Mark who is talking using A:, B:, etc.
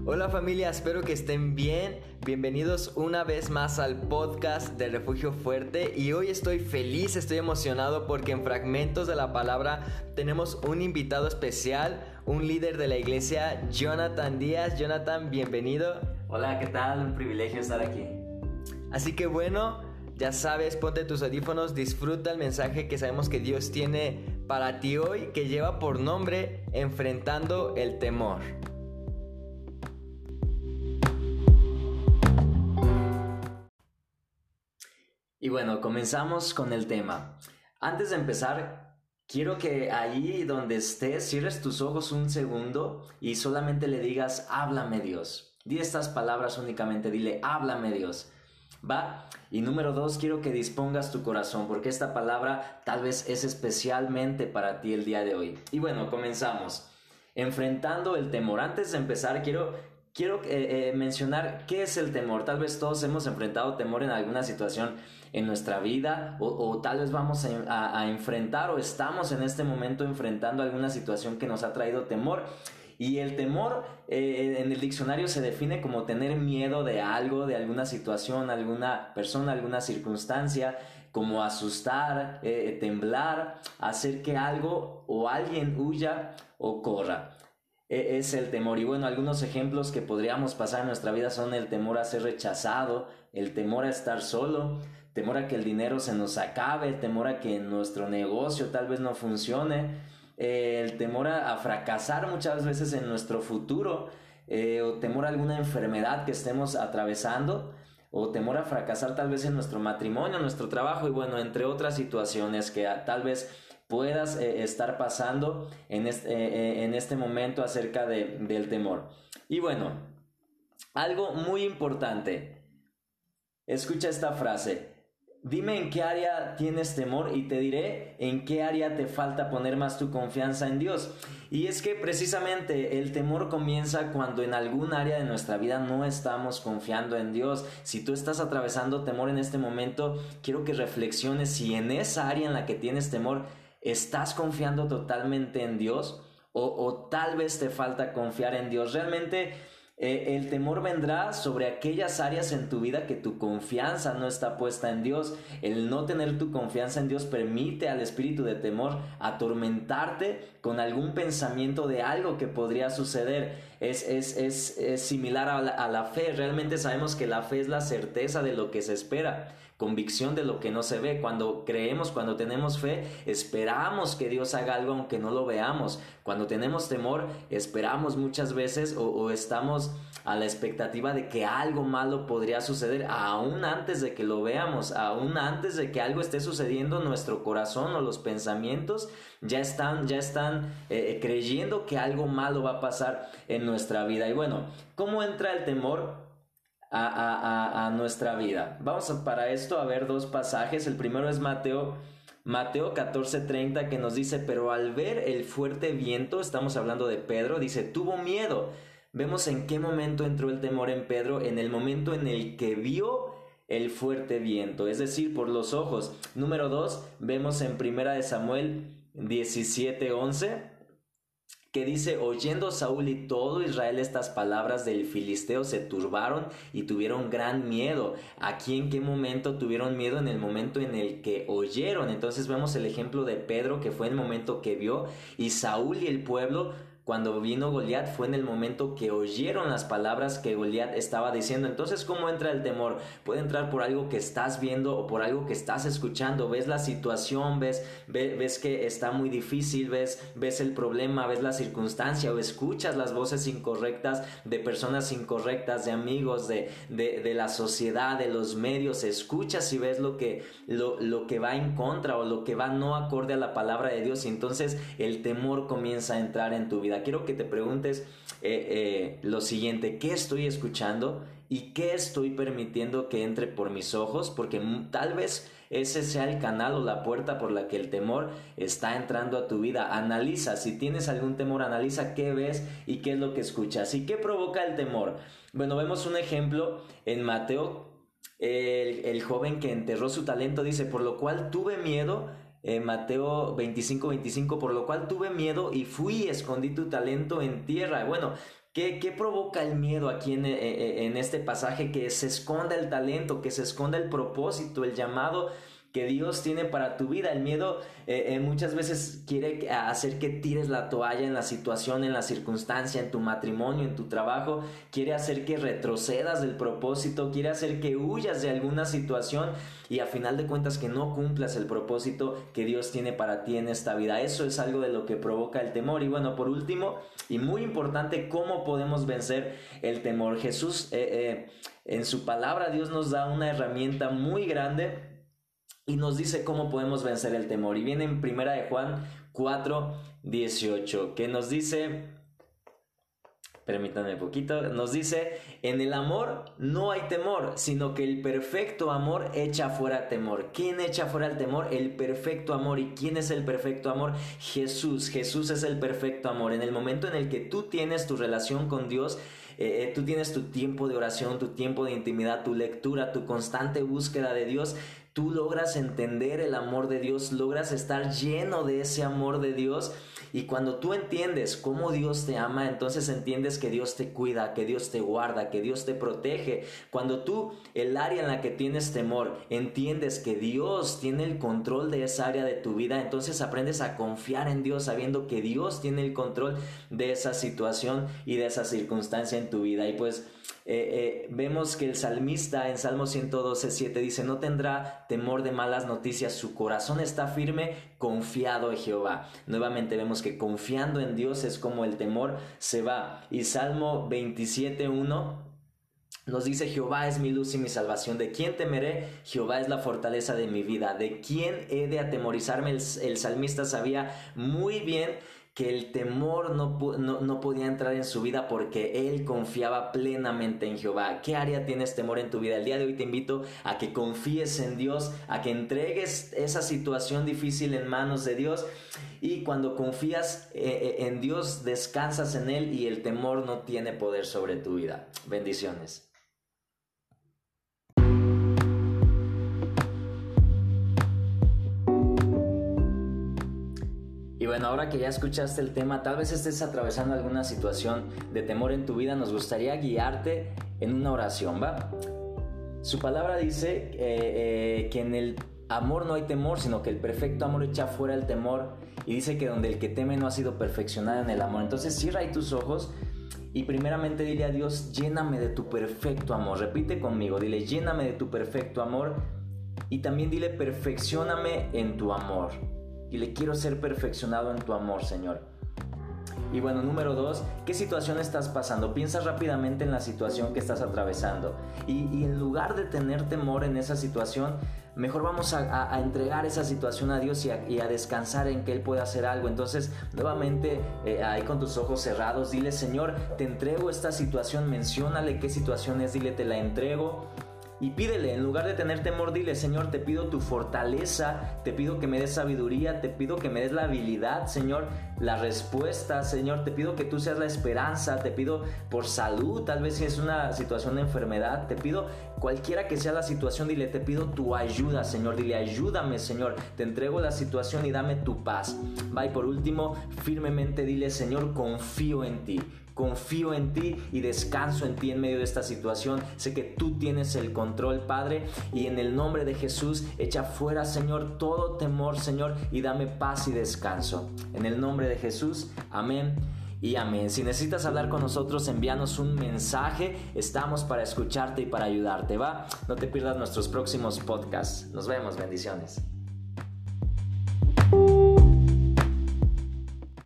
A: Hola familia, espero que estén bien. Bienvenidos una vez más al podcast de Refugio Fuerte. Y hoy estoy feliz, estoy emocionado porque en Fragmentos de la Palabra tenemos un invitado especial, un líder de la iglesia, Jonathan Díaz. Jonathan, bienvenido.
B: Hola, ¿qué tal? Un privilegio estar aquí.
A: Así que bueno, ya sabes, ponte tus audífonos, disfruta el mensaje que sabemos que Dios tiene para ti hoy, que lleva por nombre Enfrentando el Temor.
B: Y bueno, comenzamos con el tema. Antes de empezar, quiero que ahí donde estés cierres tus ojos un segundo y solamente le digas, háblame Dios. Di estas palabras únicamente, dile, háblame Dios. ¿Va? Y número 2, quiero que dispongas tu corazón porque esta palabra tal vez es especialmente para ti el día de hoy. Y bueno, comenzamos. Enfrentando el temor. Antes de empezar, quiero mencionar qué es el temor. Tal vez todos hemos enfrentado temor en alguna situación en nuestra vida o tal vez vamos a enfrentar o estamos en este momento enfrentando alguna situación que nos ha traído temor. Y el temor en el diccionario se define como tener miedo de algo, de alguna situación, alguna persona, alguna circunstancia, como asustar, temblar, hacer que algo o alguien huya o corra. Es el temor. Y bueno, algunos ejemplos que podríamos pasar en nuestra vida son el temor a ser rechazado, el temor a estar solo, temor a que el dinero se nos acabe, temor a que nuestro negocio tal vez no funcione, el temor a fracasar muchas veces en nuestro futuro, o temor a alguna enfermedad que estemos atravesando, o temor a fracasar tal vez en nuestro matrimonio, nuestro trabajo y bueno, entre otras situaciones que tal vez puedas estar pasando en este momento acerca del temor. Y bueno, algo muy importante, escucha esta frase. Dime en qué área tienes temor y te diré en qué área te falta poner más tu confianza en Dios. Y es que precisamente el temor comienza cuando en algún área de nuestra vida no estamos confiando en Dios. Si tú estás atravesando temor en este momento, quiero que reflexiones si en esa área en la que tienes temor estás confiando totalmente en Dios o tal vez te falta confiar en Dios. Realmente el temor vendrá sobre aquellas áreas en tu vida que tu confianza no está puesta en Dios. El no tener tu confianza en Dios permite al espíritu de temor atormentarte con algún pensamiento de algo que podría suceder. Es similar a la fe. Realmente sabemos que la fe es la certeza de lo que se espera, convicción de lo que no se ve. Cuando creemos, cuando tenemos fe, esperamos que Dios haga algo aunque no lo veamos. Cuando tenemos temor, esperamos muchas veces o estamos a la expectativa de que algo malo podría suceder aún antes de que lo veamos, aún antes de que algo esté sucediendo. Nuestro corazón o los pensamientos ya están creyendo que algo malo va a pasar en nuestra vida. Y bueno, ¿cómo entra el temor a nuestra vida? Vamos para esto a ver dos pasajes. El primero es Mateo 14:30, que nos dice, pero al ver el fuerte viento, estamos hablando de Pedro, dice, tuvo miedo. Vemos en qué momento entró el temor en Pedro, en el momento en el que vio el fuerte viento, es decir, por los ojos. Número 2, vemos en 1 Samuel 17:11, que dice, oyendo Saúl y todo Israel estas palabras del filisteo, se turbaron y tuvieron gran miedo. ¿Aquí en qué momento tuvieron miedo? En el momento en el que oyeron. Entonces vemos el ejemplo de Pedro, que fue en el momento que vio, y Saúl y el pueblo, cuando vino Goliat, fue en el momento que oyeron las palabras que Goliat estaba diciendo. Entonces, ¿cómo entra el temor? Puede entrar por algo que estás viendo o por algo que estás escuchando. Ves la situación, ves que está muy difícil, ves el problema, ves la circunstancia, o escuchas las voces incorrectas de personas incorrectas, de amigos, de la sociedad, de los medios. Escuchas y ves lo que va en contra o lo que va no acorde a la palabra de Dios, y entonces el temor comienza a entrar en tu vida. Quiero que te preguntes lo siguiente: ¿qué estoy escuchando y qué estoy permitiendo que entre por mis ojos? Porque tal vez ese sea el canal o la puerta por la que el temor está entrando a tu vida. Analiza, si tienes algún temor, analiza qué ves y qué es lo que escuchas. ¿Y qué provoca el temor? Bueno, vemos un ejemplo en Mateo. El joven que enterró su talento dice, por lo cual tuve miedo. Mateo 25:25, por lo cual tuve miedo y fui y escondí tu talento en tierra. Bueno, ¿Qué provoca el miedo aquí en este pasaje? Que se esconda el talento, que se esconda el propósito, el llamado que Dios tiene para tu vida. El miedo muchas veces quiere hacer que tires la toalla en la situación, en la circunstancia, en tu matrimonio, en tu trabajo. Quiere hacer que retrocedas del propósito, quiere hacer que huyas de alguna situación y a final de cuentas que no cumplas el propósito que Dios tiene para ti en esta vida. Eso es algo de lo que provoca el temor. Y bueno, por último y muy importante, ¿cómo podemos vencer el temor? Jesús en su palabra, Dios nos da una herramienta muy grande y nos dice cómo podemos vencer el temor. Y viene en 1 de Juan 4:18, que nos dice, permítanme un poquito, nos dice: en el amor no hay temor, sino que el perfecto amor echa fuera temor. ¿Quién echa fuera el temor? El perfecto amor. ¿Y quién es el perfecto amor? Jesús. Jesús es el perfecto amor. En el momento en el que tú tienes tu relación con Dios, tú tienes tu tiempo de oración, tu tiempo de intimidad, tu lectura, tu constante búsqueda de Dios, tú logras entender el amor de Dios, logras estar lleno de ese amor de Dios. Y cuando tú entiendes cómo Dios te ama, entonces entiendes que Dios te cuida, que Dios te guarda, que Dios te protege. Cuando tú, el área en la que tienes temor, entiendes que Dios tiene el control de esa área de tu vida, entonces aprendes a confiar en Dios sabiendo que Dios tiene el control de esa situación y de esa circunstancia en tu vida. Y pues vemos que el salmista en Salmo 112:7 dice: no tendrá temor de malas noticias, su corazón está firme, confiado en Jehová. Nuevamente vemos que confiando en Dios es como el temor se va. Y Salmo 27:1 nos dice: Jehová es mi luz y mi salvación, ¿de quién temeré? Jehová es la fortaleza de mi vida, ¿de quién he de atemorizarme? El salmista sabía muy bien que el temor no podía entrar en su vida porque él confiaba plenamente en Jehová. ¿Qué área tienes temor en tu vida? El día de hoy te invito a que confíes en Dios, a que entregues esa situación difícil en manos de Dios, y cuando confías en Dios, descansas en Él y el temor no tiene poder sobre tu vida. Bendiciones. Y bueno, ahora que ya escuchaste el tema, tal vez estés atravesando alguna situación de temor en tu vida, nos gustaría guiarte en una oración, ¿va? Su palabra dice que en el amor no hay temor, sino que el perfecto amor echa fuera el temor, y dice que donde el que teme no ha sido perfeccionado en el amor. Entonces cierra ahí tus ojos y primeramente dile a Dios: lléname de tu perfecto amor. Repite conmigo, dile: lléname de tu perfecto amor, y también dile: perfeccióname en tu amor. Dile: quiero ser perfeccionado en tu amor, Señor. Y bueno, número 2, ¿qué situación estás pasando? Piensa rápidamente en la situación que estás atravesando. Y en lugar de tener temor en esa situación, mejor vamos a entregar esa situación a Dios y a descansar en que Él pueda hacer algo. Entonces, nuevamente, ahí con tus ojos cerrados, dile: Señor, te entrego esta situación. Menciónale qué situación es, dile: te la entrego. Y pídele, en lugar de tener temor, dile: Señor, te pido tu fortaleza, te pido que me des sabiduría, te pido que me des la habilidad, Señor, la respuesta, Señor, te pido que tú seas la esperanza, te pido por salud, tal vez si es una situación de enfermedad, te pido cualquiera que sea la situación, dile: te pido tu ayuda, Señor, dile: ayúdame, Señor, te entrego la situación y dame tu paz. Va, y por último, firmemente dile: Señor, confío en ti. Confío en ti y descanso en ti en medio de esta situación. Sé que tú tienes el control, Padre, y en el nombre de Jesús, echa fuera, Señor, todo temor, Señor, y dame paz y descanso. En el nombre de Jesús, amén y amén. Si necesitas hablar con nosotros, envíanos un mensaje. Estamos para escucharte y para ayudarte, ¿va? No te pierdas nuestros próximos podcasts. Nos vemos, bendiciones.